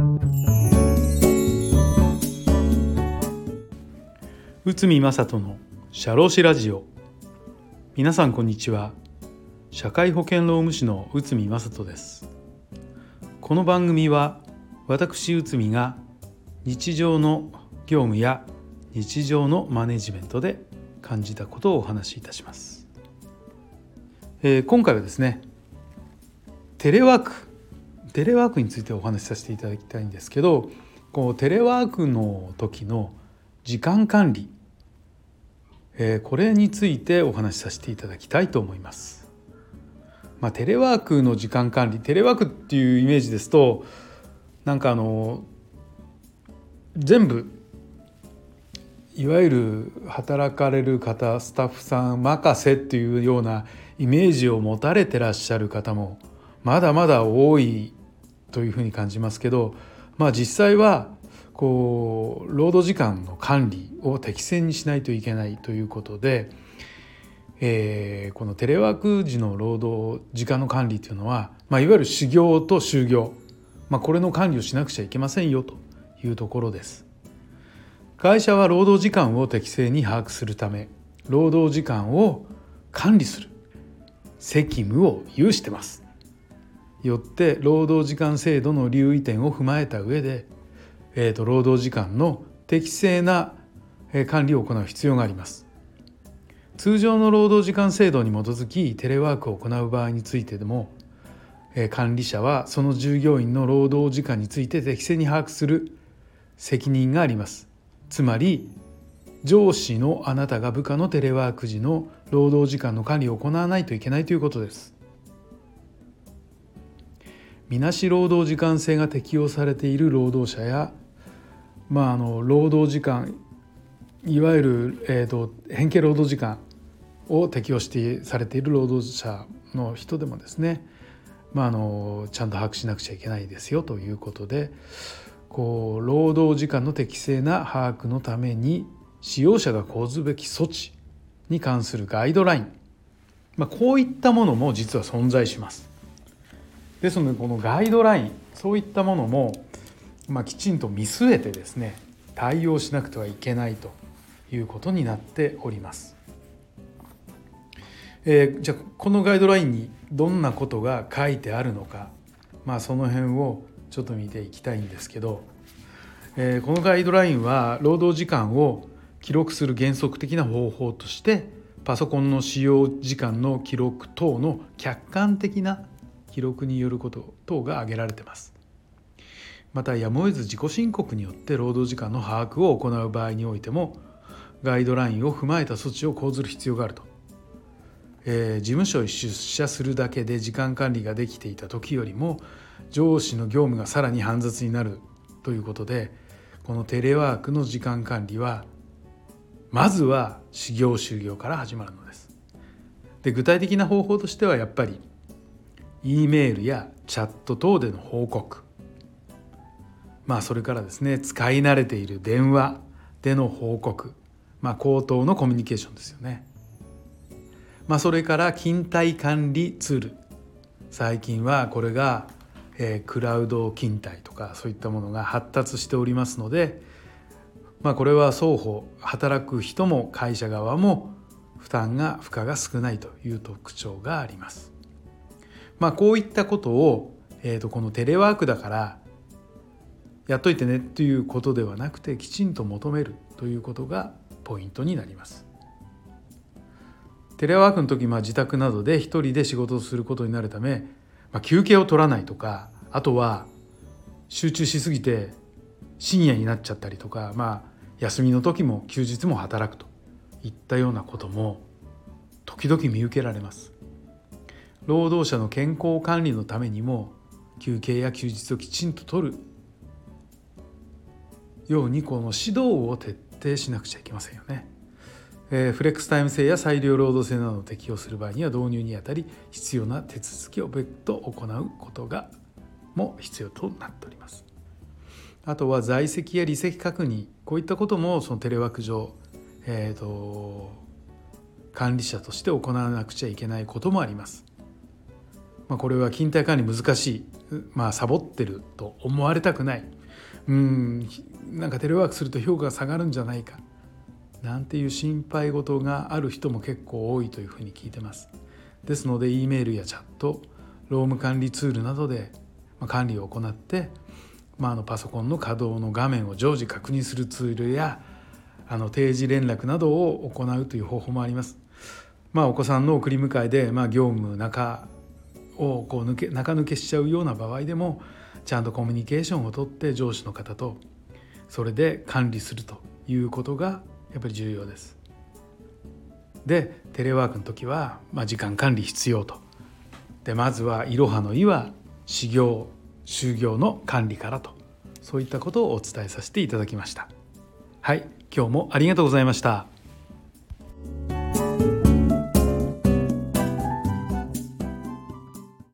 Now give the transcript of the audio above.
内海正人の社労士ラジオ。皆さんこんにちは。社会保険労務士の内海正人です。この番組は私内海が日常の業務や日常のマネジメントで感じたことをお話しいたします。今回はですね、テレワークについてお話しさせていただきたいんですけど、テレワークの時の時間管理、これについてお話しさせていただきたいと思います。テレワークの時間管理、テレワークっていうイメージですと、全部いわゆる働かれる方、スタッフさん任せっていうようなイメージを持たれてらっしゃる方もまだまだ多いというふうに感じますけど、実際は労働時間の管理を適正にしないといけないということで、このテレワーク時の労働時間の管理というのは、いわゆる始業と終業、これの管理をしなくちゃいけませんよというところです。会社は労働時間を適正に把握するため、労働時間を管理する責務を有してます。よって労働時間制度の留意点を踏まえた上で、労働時間の適正な管理を行う必要があります。通常の労働時間制度に基づきテレワークを行う場合についてでも、管理者はその従業員の労働時間について適正に把握する責任があります。つまり上司のあなたが部下のテレワーク時の労働時間の管理を行わないといけないということです。みなし労働時間制が適用されている労働者や、労働時間、いわゆる、変形労働時間を適用されている労働者の人でもですね、ちゃんと把握しなくちゃいけないですよということで、労働時間の適正な把握のために使用者が講ずべき措置に関するガイドライン、こういったものも実は存在します。ですのでこのガイドライン、そういったものも、きちんと見据えてですね、対応しなくてはいけないということになっております。じゃあこのガイドラインにどんなことが書いてあるのか、その辺をちょっと見ていきたいんですけど、このガイドラインは労働時間を記録する原則的な方法として、パソコンの使用時間の記録等の客観的な記録によること等が挙げられています。またやむを得ず自己申告によって労働時間の把握を行う場合においても、ガイドラインを踏まえた措置を講ずる必要があると。事務所に出社するだけで時間管理ができていた時よりも、上司の業務がさらに煩雑になるということで、このテレワークの時間管理はまずは始業終業から始まるのです。で、具体的な方法としてはやっぱり E メールやチャット等での報告、それからですね、使い慣れている電話での報告、口頭のコミュニケーションですよね。それから勤怠管理ツール、最近はこれがクラウド勤怠とかそういったものが発達しておりますので、これは双方、働く人も会社側も負荷が少ないという特徴があります。こういったことを、このテレワークだからやっといてねということではなくて、きちんと求めるということがポイントになります。テレワークの時、自宅などで一人で仕事をすることになるため、休憩を取らないとか、あとは集中しすぎて深夜になっちゃったりとか、休みの時も休日も働くといったようなことも時々見受けられます。労働者の健康管理のためにも休憩や休日をきちんと取るように、この指導を徹底しなくちゃいけませんよね。フレックスタイム制や裁量労働制などを適用する場合には、導入にあたり必要な手続きを別途行うことがも必要となっております。あとは在籍や離席確認、こういったこともそのテレワーク上、管理者として行わなくちゃいけないこともあります。これは勤怠管理難しい、 サボってると思われたくない、なんかテレワークすると評価が下がるんじゃないかなんていう心配事がある人も結構多いというふうに聞いてます。ですので E メールやチャット、労務管理ツールなどで管理を行って、パソコンの稼働の画面を常時確認するツールや定時連絡などを行うという方法もあります。お子さんの送り迎えで、業務中を中抜けしちゃうような場合でもちゃんとコミュニケーションをとって上司の方とそれで管理するということがやっぱり重要です。でテレワークの時は、時間管理必要と。でまずはいろはのいは始業就業の管理からと、そういったことをお伝えさせていただきました。はい、今日もありがとうございました。